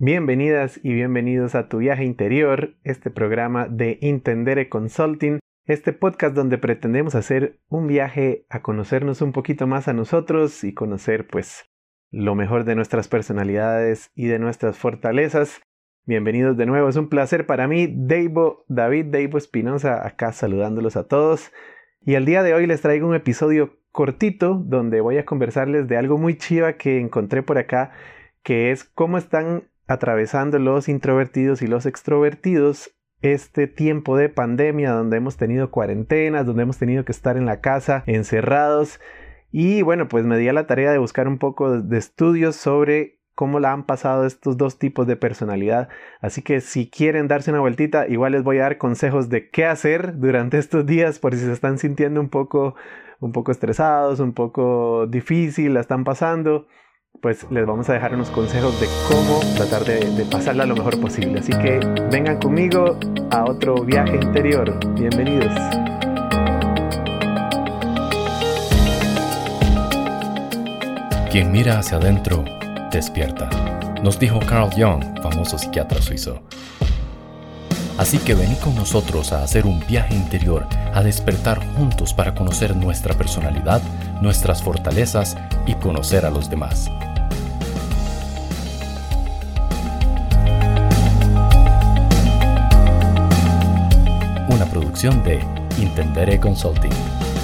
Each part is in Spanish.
Bienvenidas y bienvenidos a Tu Viaje Interior, este programa de Intendere Consulting, este podcast donde pretendemos hacer un viaje a conocernos un poquito más a nosotros y conocer pues lo mejor de nuestras personalidades y de nuestras fortalezas. Bienvenidos de nuevo, es un placer para mí, David Deivo Espinosa, acá saludándolos a todos. Y el día de hoy les traigo un episodio cortito donde voy a conversarles de algo muy chiva que encontré por acá, que es cómo están atravesando los introvertidos y los extrovertidos este tiempo de pandemia donde hemos tenido cuarentenas, donde hemos tenido que estar en la casa encerrados. Y bueno, pues me di a la tarea de buscar un poco de estudios sobre cómo la han pasado estos dos tipos de personalidad. Así que si quieren darse una vueltita, igual les voy a dar consejos de qué hacer durante estos días por si se están sintiendo un poco estresados, un poco difícil, la están pasando. Pues les vamos a dejar unos consejos de cómo tratar de pasarla lo mejor posible. Así que vengan conmigo a otro viaje interior. Bienvenidos. Quien mira hacia adentro, despierta, nos dijo Carl Jung, famoso psiquiatra suizo. Así que vení con nosotros a hacer un viaje interior, a despertar juntos para conocer nuestra personalidad, nuestras fortalezas y conocer a los demás. Una producción de Intendere Consulting.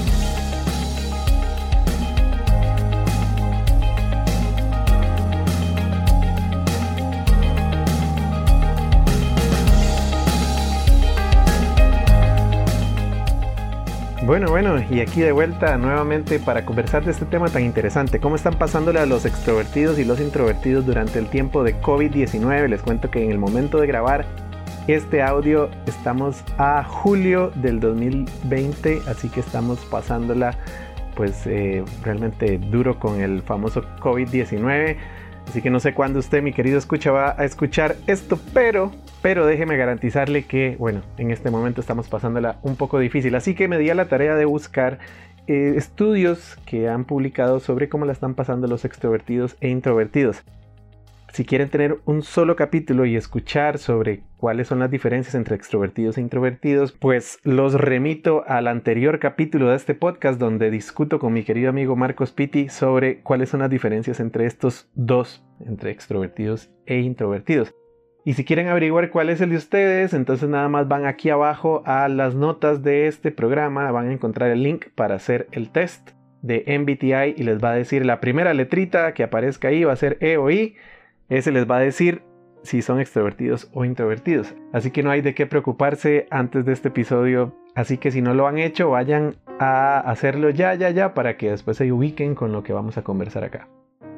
Bueno, y aquí de vuelta nuevamente para conversar de este tema tan interesante. ¿Cómo están pasándole a los extrovertidos y los introvertidos durante el tiempo de COVID-19? Les cuento que en el momento de grabar este audio estamos a julio del 2020, así que estamos pasándola pues realmente duro con el famoso COVID-19. Así que no sé cuándo usted, mi querido escucha, va a escuchar esto, pero déjeme garantizarle que, bueno, en este momento estamos pasándola un poco difícil. Así que me di a la tarea de buscar estudios que han publicado sobre cómo la están pasando los extrovertidos e introvertidos. Si quieren tener un solo capítulo y escuchar sobre cuáles son las diferencias entre extrovertidos e introvertidos, pues los remito al anterior capítulo de este podcast donde discuto con mi querido amigo Marcos Pitti sobre cuáles son las diferencias entre estos dos, entre extrovertidos e introvertidos. Y si quieren averiguar cuál es el de ustedes, entonces nada más van aquí abajo a las notas de este programa, van a encontrar el link para hacer el test de MBTI y les va a decir la primera letrita que aparezca ahí va a ser E o I. Ese les va a decir si son extrovertidos o introvertidos. Así que no hay de qué preocuparse antes de este episodio. Así que si no lo han hecho, vayan a hacerlo ya para que después se ubiquen con lo que vamos a conversar acá.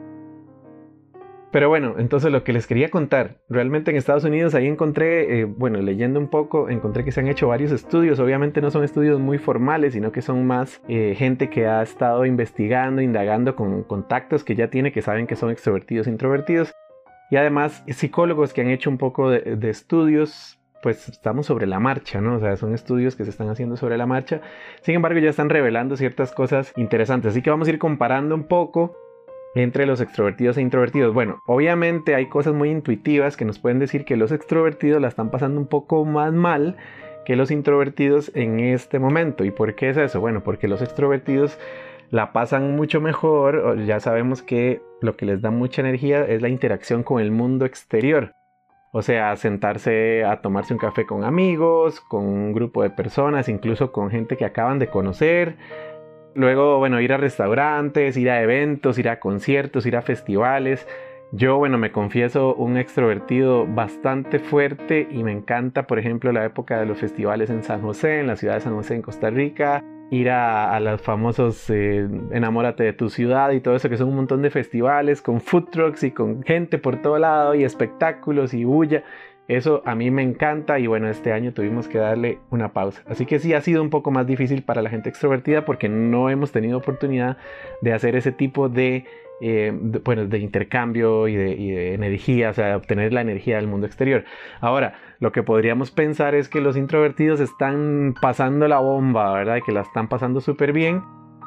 Pero bueno, entonces lo que les quería contar, realmente en Estados Unidos ahí encontré, leyendo un poco, encontré que se han hecho varios estudios. Obviamente no son estudios muy formales, sino que son más gente que ha estado investigando, indagando con contactos que ya tiene, que saben que son extrovertidos e introvertidos. Y además psicólogos que han hecho un poco de estudios, pues estamos sobre la marcha, ¿no? O sea, son estudios que se están haciendo sobre la marcha. Sin embargo, ya están revelando ciertas cosas interesantes. Así que vamos a ir comparando un poco entre los extrovertidos e introvertidos. Bueno, obviamente hay cosas muy intuitivas que nos pueden decir que los extrovertidos la están pasando un poco más mal que los introvertidos en este momento. ¿Y por qué es eso? Bueno, porque los extrovertidos la pasan mucho mejor. Ya sabemos que lo que les da mucha energía es la interacción con el mundo exterior. O sea, sentarse a tomarse un café con amigos, con un grupo de personas, incluso con gente que acaban de conocer. Luego, bueno, ir a restaurantes, ir a eventos, ir a conciertos, ir a festivales. Yo, bueno, me confieso un extrovertido bastante fuerte y me encanta, por ejemplo, la época de los festivales en San José, en la ciudad de San José, en Costa Rica. Ir a los famosos Enamórate de tu ciudad y todo eso, que son un montón de festivales con food trucks y con gente por todo lado y espectáculos y bulla. Eso a mí me encanta y bueno, este año tuvimos que darle una pausa. Así que sí ha sido un poco más difícil para la gente extrovertida porque no hemos tenido oportunidad de hacer ese tipo de intercambio y de energía, o sea, de obtener la energía del mundo exterior. Ahora, lo que podríamos pensar es que los introvertidos están pasando la bomba, ¿verdad? Que la están pasando súper bien.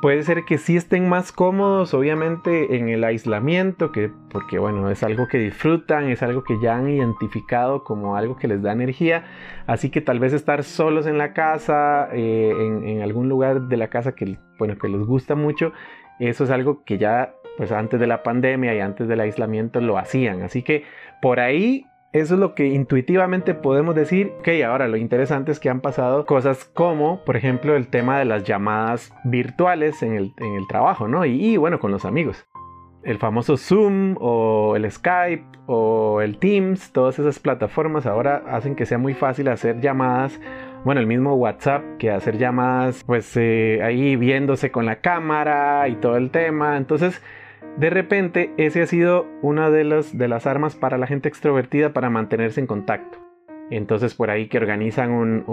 Puede ser que sí estén más cómodos, obviamente, en el aislamiento, porque bueno, es algo que disfrutan, es algo que ya han identificado como algo que les da energía. Así que tal vez estar solos en la casa, en algún lugar de la casa que les gusta mucho, eso es algo que ya pues antes de la pandemia y antes del aislamiento lo hacían. Así que por ahí, eso es lo que intuitivamente podemos decir. Ok, ahora lo interesante es que han pasado cosas como, por ejemplo, el tema de las llamadas virtuales en el trabajo, ¿no? Y bueno, con los amigos. El famoso Zoom o el Skype o el Teams, todas esas plataformas ahora hacen que sea muy fácil hacer llamadas. Bueno, el mismo WhatsApp, que hacer llamadas, pues ahí viéndose con la cámara y todo el tema. Entonces, de repente, ese ha sido una de las armas para la gente extrovertida para mantenerse en contacto. Entonces, por ahí que organizan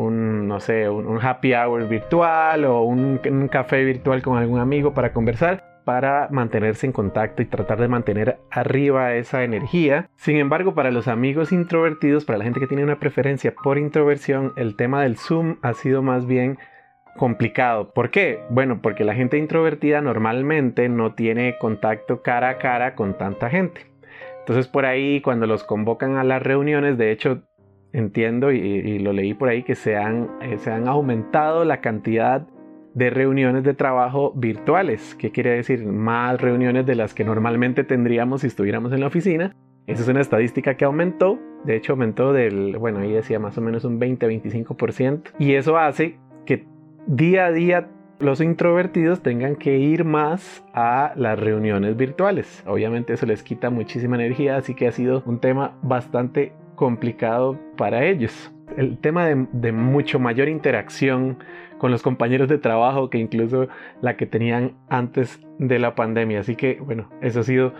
un happy hour virtual o un café virtual con algún amigo para conversar, para mantenerse en contacto y tratar de mantener arriba esa energía. Sin embargo, para los amigos introvertidos, para la gente que tiene una preferencia por introversión, el tema del Zoom ha sido más bien complicado. ¿Por qué? Bueno, porque la gente introvertida normalmente no tiene contacto cara a cara con tanta gente. Entonces por ahí cuando los convocan a las reuniones, de hecho entiendo y lo leí por ahí que se han aumentado la cantidad de reuniones de trabajo virtuales. ¿Qué quiere decir? Más reuniones de las que normalmente tendríamos si estuviéramos en la oficina. Esa es una estadística que aumentó. De hecho aumentó ahí decía más o menos un 20-25%. Y eso hace que día a día los introvertidos tengan que ir más a las reuniones virtuales. Obviamente eso les quita muchísima energía, así que ha sido un tema bastante complicado para ellos. El tema de mucho mayor interacción con los compañeros de trabajo que incluso la que tenían antes de la pandemia. Así que bueno, eso ha sido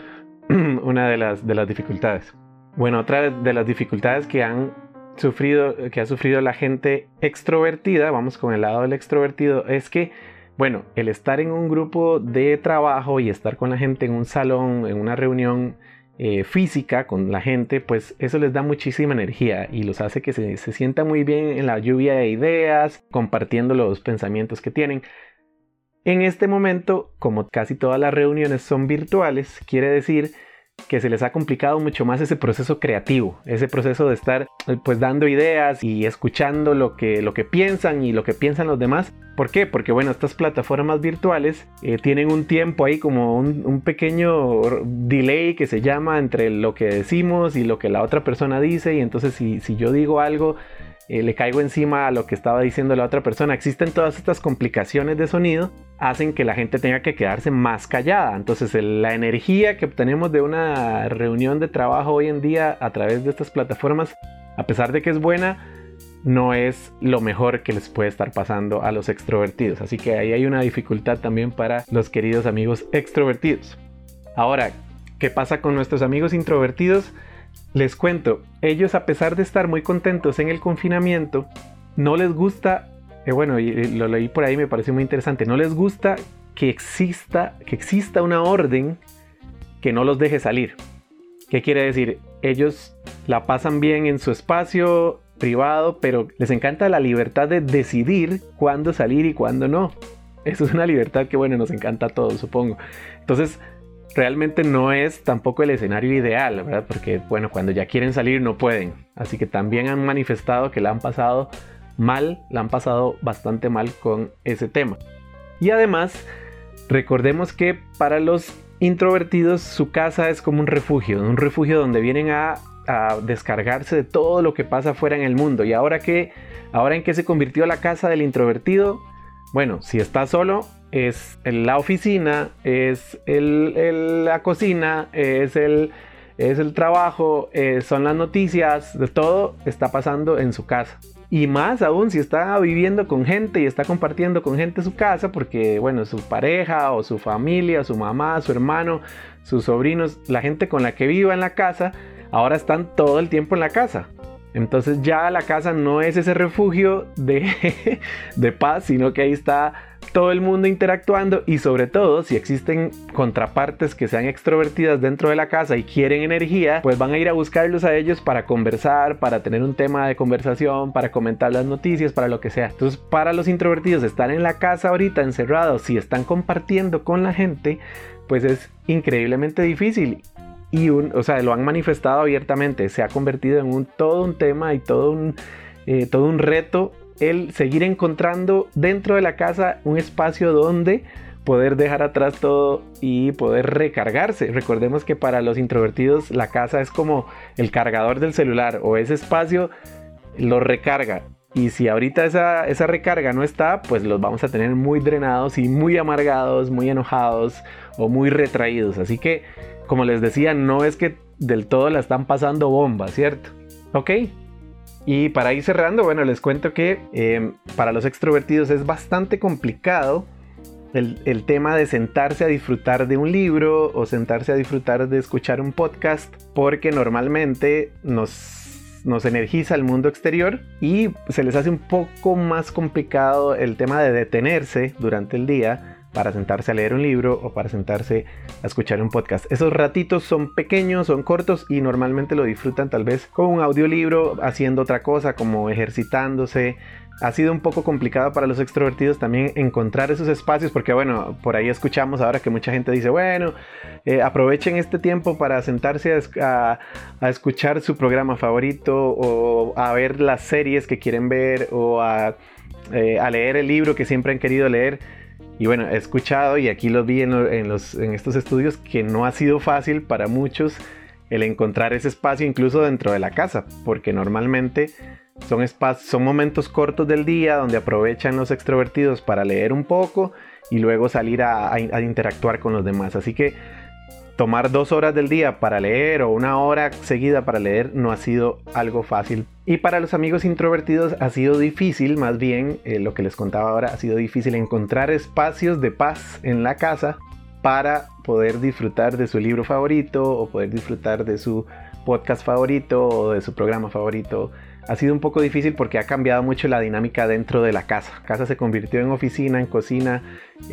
una de las dificultades. Bueno, otra de las dificultades que ha sufrido la gente extrovertida, vamos con el lado del extrovertido, es que, bueno, el estar en un grupo de trabajo y estar con la gente en un salón, en una reunión física con la gente, pues eso les da muchísima energía y los hace que se sientan muy bien en la lluvia de ideas, compartiendo los pensamientos que tienen. En este momento, como casi todas las reuniones son virtuales, quiere decir que se les ha complicado mucho más ese proceso creativo, ese proceso de estar pues dando ideas y escuchando lo que piensan y lo que piensan los demás. ¿Por qué? Porque bueno, estas plataformas virtuales tienen un tiempo ahí como un pequeño delay que se llama entre lo que decimos y lo que la otra persona dice, y entonces si yo digo algo le caigo encima a lo que estaba diciendo la otra persona. Existen todas estas complicaciones de sonido, hacen que la gente tenga que quedarse más callada. Entonces la energía que obtenemos de una reunión de trabajo hoy en día a través de estas plataformas, a pesar de que es buena, no es lo mejor que les puede estar pasando a los extrovertidos. Así que ahí hay una dificultad también para los queridos amigos extrovertidos. Ahora, ¿qué pasa con nuestros amigos introvertidos? Les cuento, ellos, a pesar de estar muy contentos en el confinamiento, no les gusta, y lo leí por ahí, me pareció muy interesante, no les gusta que exista una orden que no los deje salir. ¿Qué quiere decir? Ellos la pasan bien en su espacio privado, pero les encanta la libertad de decidir cuándo salir y cuándo no. Eso es una libertad que, bueno, nos encanta a todos, supongo. Entonces, realmente no es tampoco el escenario ideal, ¿verdad? Porque, bueno, cuando ya quieren salir no pueden. Así que también han manifestado que la han pasado mal, la han pasado bastante mal con ese tema. Y además, recordemos que para los introvertidos su casa es como un refugio donde vienen a descargarse de todo lo que pasa afuera en el mundo. ¿Y ahora en qué se convirtió la casa del introvertido? Bueno, si está solo, es la oficina, es la cocina, es el trabajo, son las noticias, de todo está pasando en su casa. Y más aún si está viviendo con gente y está compartiendo con gente su casa, porque bueno, su pareja o su familia, su mamá, su hermano, sus sobrinos, la gente con la que viva en la casa, ahora están todo el tiempo en la casa. Entonces ya la casa no es ese refugio de paz, sino que ahí está todo el mundo interactuando, y sobre todo si existen contrapartes que sean extrovertidas dentro de la casa y quieren energía, pues van a ir a buscarlos a ellos para conversar, para tener un tema de conversación, para comentar las noticias, para lo que sea. Entonces, para los introvertidos, estar en la casa ahorita encerrados, si están compartiendo con la gente, pues es increíblemente difícil. Y lo han manifestado abiertamente. Se ha convertido en todo un tema y todo un reto el seguir encontrando dentro de la casa un espacio donde poder dejar atrás todo y poder recargarse. Recordemos que para los introvertidos la casa es como el cargador del celular, o ese espacio lo recarga. Y si ahorita esa recarga no está, pues los vamos a tener muy drenados y muy amargados, muy enojados o muy retraídos. Así que, como les decía, no es que del todo la están pasando bomba, ¿cierto? Ok. Y para ir cerrando, bueno, les cuento que para los extrovertidos es bastante complicado el tema de sentarse a disfrutar de un libro o sentarse a disfrutar de escuchar un podcast, porque normalmente nos energiza el mundo exterior y se les hace un poco más complicado el tema de detenerse durante el día para sentarse a leer un libro o para sentarse a escuchar un podcast. Esos ratitos son pequeños, son cortos y normalmente lo disfrutan tal vez con un audiolibro, haciendo otra cosa como ejercitándose. Ha sido un poco complicado para los extrovertidos también encontrar esos espacios, porque bueno, por ahí escuchamos ahora que mucha gente dice, bueno, aprovechen este tiempo para sentarse a escuchar su programa favorito, o a ver las series que quieren ver, o a leer el libro que siempre han querido leer. Y bueno, he escuchado, y aquí lo vi en estos estudios, que no ha sido fácil para muchos el encontrar ese espacio incluso dentro de la casa, porque normalmente son momentos cortos del día donde aprovechan los extrovertidos para leer un poco y luego salir a interactuar con los demás. Así que tomar 2 horas del día para leer o 1 hora seguida para leer no ha sido algo fácil. Y para los amigos introvertidos ha sido difícil, más bien lo que les contaba ahora, ha sido difícil encontrar espacios de paz en la casa para poder disfrutar de su libro favorito o poder disfrutar de su podcast favorito o de su programa favorito. Ha sido un poco difícil porque ha cambiado mucho la dinámica dentro de la casa. La casa se convirtió en oficina, en cocina,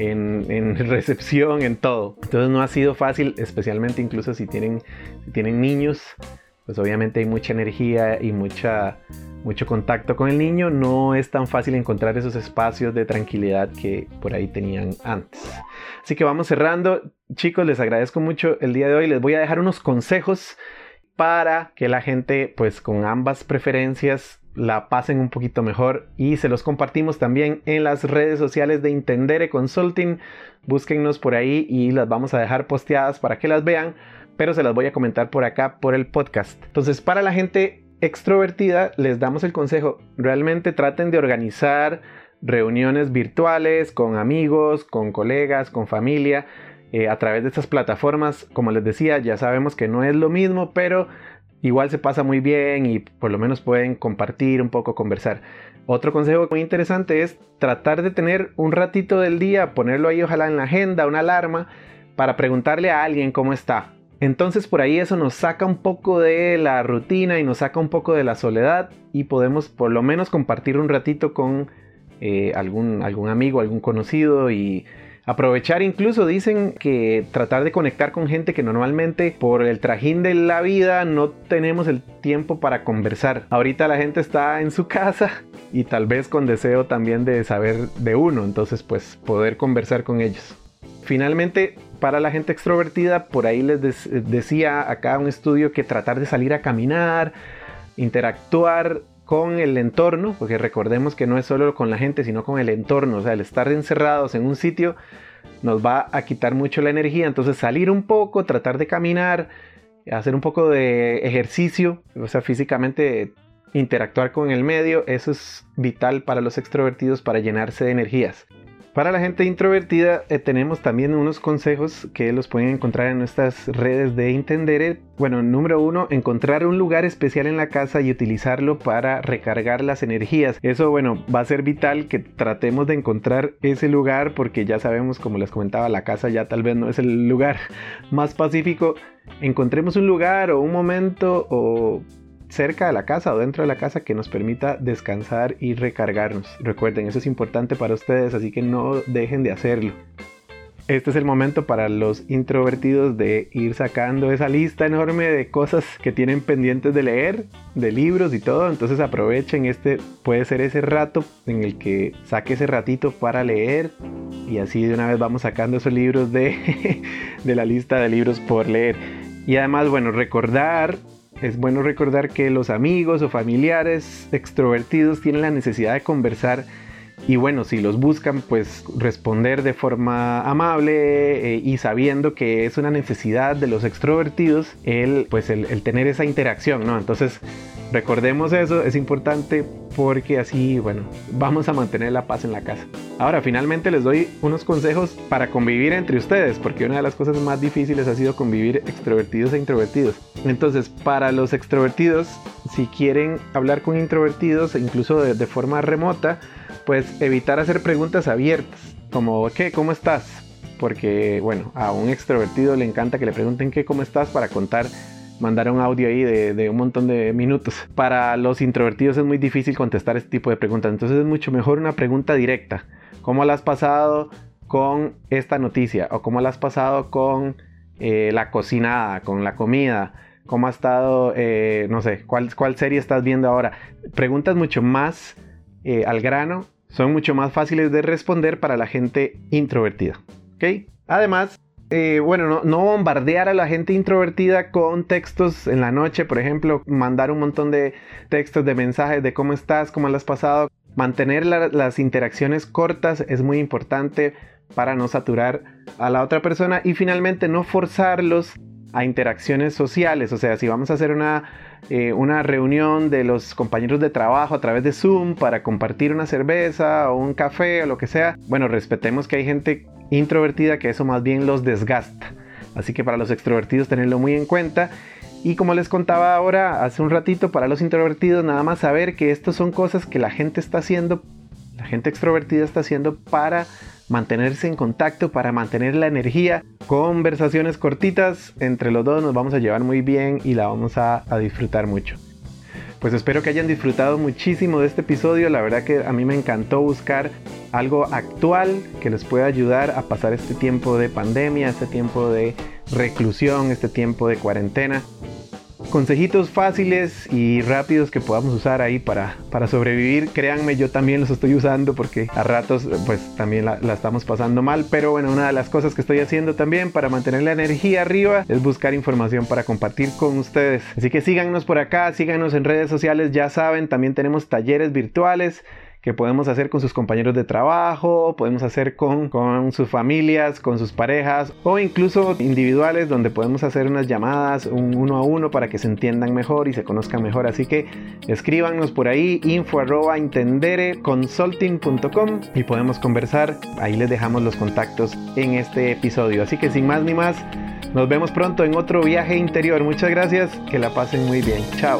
en recepción, en todo. Entonces no ha sido fácil, especialmente incluso si tienen niños. Pues obviamente hay mucha energía y mucho contacto con el niño. No es tan fácil encontrar esos espacios de tranquilidad que por ahí tenían antes. Así que vamos cerrando. Chicos, les agradezco mucho el día de hoy. Les voy a dejar unos consejos para que la gente, pues con ambas preferencias, la pasen un poquito mejor, y se los compartimos también en las redes sociales de Intendere Consulting. Búsquennos por ahí y las vamos a dejar posteadas para que las vean, pero se las voy a comentar por acá por el podcast. Entonces, para la gente extrovertida les damos el consejo: realmente traten de organizar reuniones virtuales con amigos, con colegas, con familia, a través de estas plataformas. Como les decía, ya sabemos que no es lo mismo, pero igual se pasa muy bien y por lo menos pueden compartir un poco, conversar. Otro consejo muy interesante es tratar de tener un ratito del día, ponerlo ahí ojalá en la agenda, una alarma, para preguntarle a alguien cómo está. Entonces por ahí eso nos saca un poco de la rutina y nos saca un poco de la soledad, y podemos por lo menos compartir un ratito con algún amigo, algún conocido, y aprovechar. Incluso dicen que tratar de conectar con gente que normalmente por el trajín de la vida no tenemos el tiempo para conversar. Ahorita la gente está en su casa y tal vez con deseo también de saber de uno, entonces pues poder conversar con ellos. Finalmente, para la gente extrovertida, por ahí les decía acá un estudio que tratar de salir a caminar, interactuar con el entorno, porque recordemos que no es solo con la gente, sino con el entorno. O sea, el estar encerrados en un sitio nos va a quitar mucho la energía. Entonces salir un poco, tratar de caminar, hacer un poco de ejercicio, o sea, físicamente interactuar con el medio, eso es vital para los extrovertidos para llenarse de energías. Para la gente introvertida tenemos también unos consejos que los pueden encontrar en nuestras redes de Intendere. Bueno, número 1, encontrar un lugar especial en la casa y utilizarlo para recargar las energías. Eso, bueno, va a ser vital que tratemos de encontrar ese lugar, porque ya sabemos, como les comentaba, la casa ya tal vez no es el lugar más pacífico. Encontremos un lugar o un momento o cerca de la casa o dentro de la casa que nos permita descansar y recargarnos. Recuerden, eso es importante para ustedes, así que no dejen de hacerlo. Este es el momento para los introvertidos de ir sacando esa lista enorme de cosas que tienen pendientes de leer, de libros y todo. Entonces aprovechen, puede ser ese rato en el que saque ese ratito para leer. Y así de una vez vamos sacando esos libros de la lista de libros por leer. Y además, bueno, es bueno recordar que los amigos o familiares extrovertidos tienen la necesidad de conversar. Y bueno, si los buscan, pues responder de forma amable y sabiendo que es una necesidad de los extrovertidos el tener esa interacción, ¿no? Entonces, recordemos eso, es importante porque así, bueno, vamos a mantener la paz en la casa. Ahora, finalmente les doy unos consejos para convivir entre ustedes, porque una de las cosas más difíciles ha sido convivir extrovertidos e introvertidos. Entonces, para los extrovertidos, si quieren hablar con introvertidos, incluso de forma remota, pues evitar hacer preguntas abiertas, como ¿qué? ¿Cómo estás? Porque, bueno, a un extrovertido le encanta que le pregunten ¿qué? ¿Cómo estás? Para mandar un audio ahí de un montón de minutos. Para los introvertidos es muy difícil contestar este tipo de preguntas, entonces es mucho mejor una pregunta directa. ¿Cómo la has pasado con esta noticia? ¿O cómo la has pasado con la cocinada, con la comida? ¿Cómo ha estado, no sé, cuál serie estás viendo ahora? Preguntas mucho más al grano, son mucho más fáciles de responder para la gente introvertida, ¿ok? Además, no bombardear a la gente introvertida con textos en la noche, por ejemplo, mandar un montón de textos, de mensajes de cómo estás, cómo lo has pasado. Mantener las interacciones cortas es muy importante para no saturar a la otra persona y finalmente no forzarlos a interacciones sociales. O sea, si vamos a hacer una reunión de los compañeros de trabajo a través de Zoom para compartir una cerveza o un café o lo que sea, bueno, respetemos que hay gente introvertida que eso más bien los desgasta. Así que para los extrovertidos tenerlo muy en cuenta. Y como les contaba ahora hace un ratito, para los introvertidos nada más saber que estas son cosas que la gente está haciendo, la gente extrovertida está haciendo para mantenerse en contacto, para mantener la energía. Conversaciones cortitas entre los dos, nos vamos a llevar muy bien y la vamos a disfrutar mucho. Pues espero que hayan disfrutado muchísimo de este episodio. La verdad que a mí me encantó buscar algo actual que les pueda ayudar a pasar este tiempo de pandemia, este tiempo de reclusión, este tiempo de cuarentena. Consejitos fáciles y rápidos que podamos usar ahí para sobrevivir. Créanme, yo también los estoy usando porque a ratos pues también la estamos pasando mal. Pero bueno, una de las cosas que estoy haciendo también para mantener la energía arriba es buscar información para compartir con ustedes. Así que síganos por acá, síganos en redes sociales, ya saben, también tenemos talleres virtuales que podemos hacer con sus compañeros de trabajo, podemos hacer con sus familias, con sus parejas o incluso individuales donde podemos hacer unas llamadas uno a uno para que se entiendan mejor y se conozcan mejor. Así que escríbanos por ahí info@intendereconsulting.com y podemos conversar. Ahí les dejamos los contactos en este episodio. Así que sin más ni más, nos vemos pronto en otro viaje interior. Muchas gracias, que la pasen muy bien. Chao.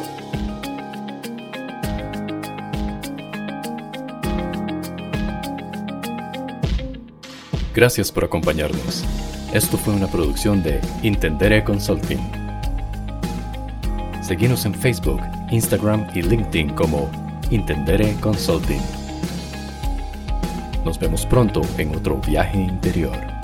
Gracias por acompañarnos. Esto fue una producción de Intendere Consulting. Seguinos en Facebook, Instagram y LinkedIn como Intendere Consulting. Nos vemos pronto en otro viaje interior.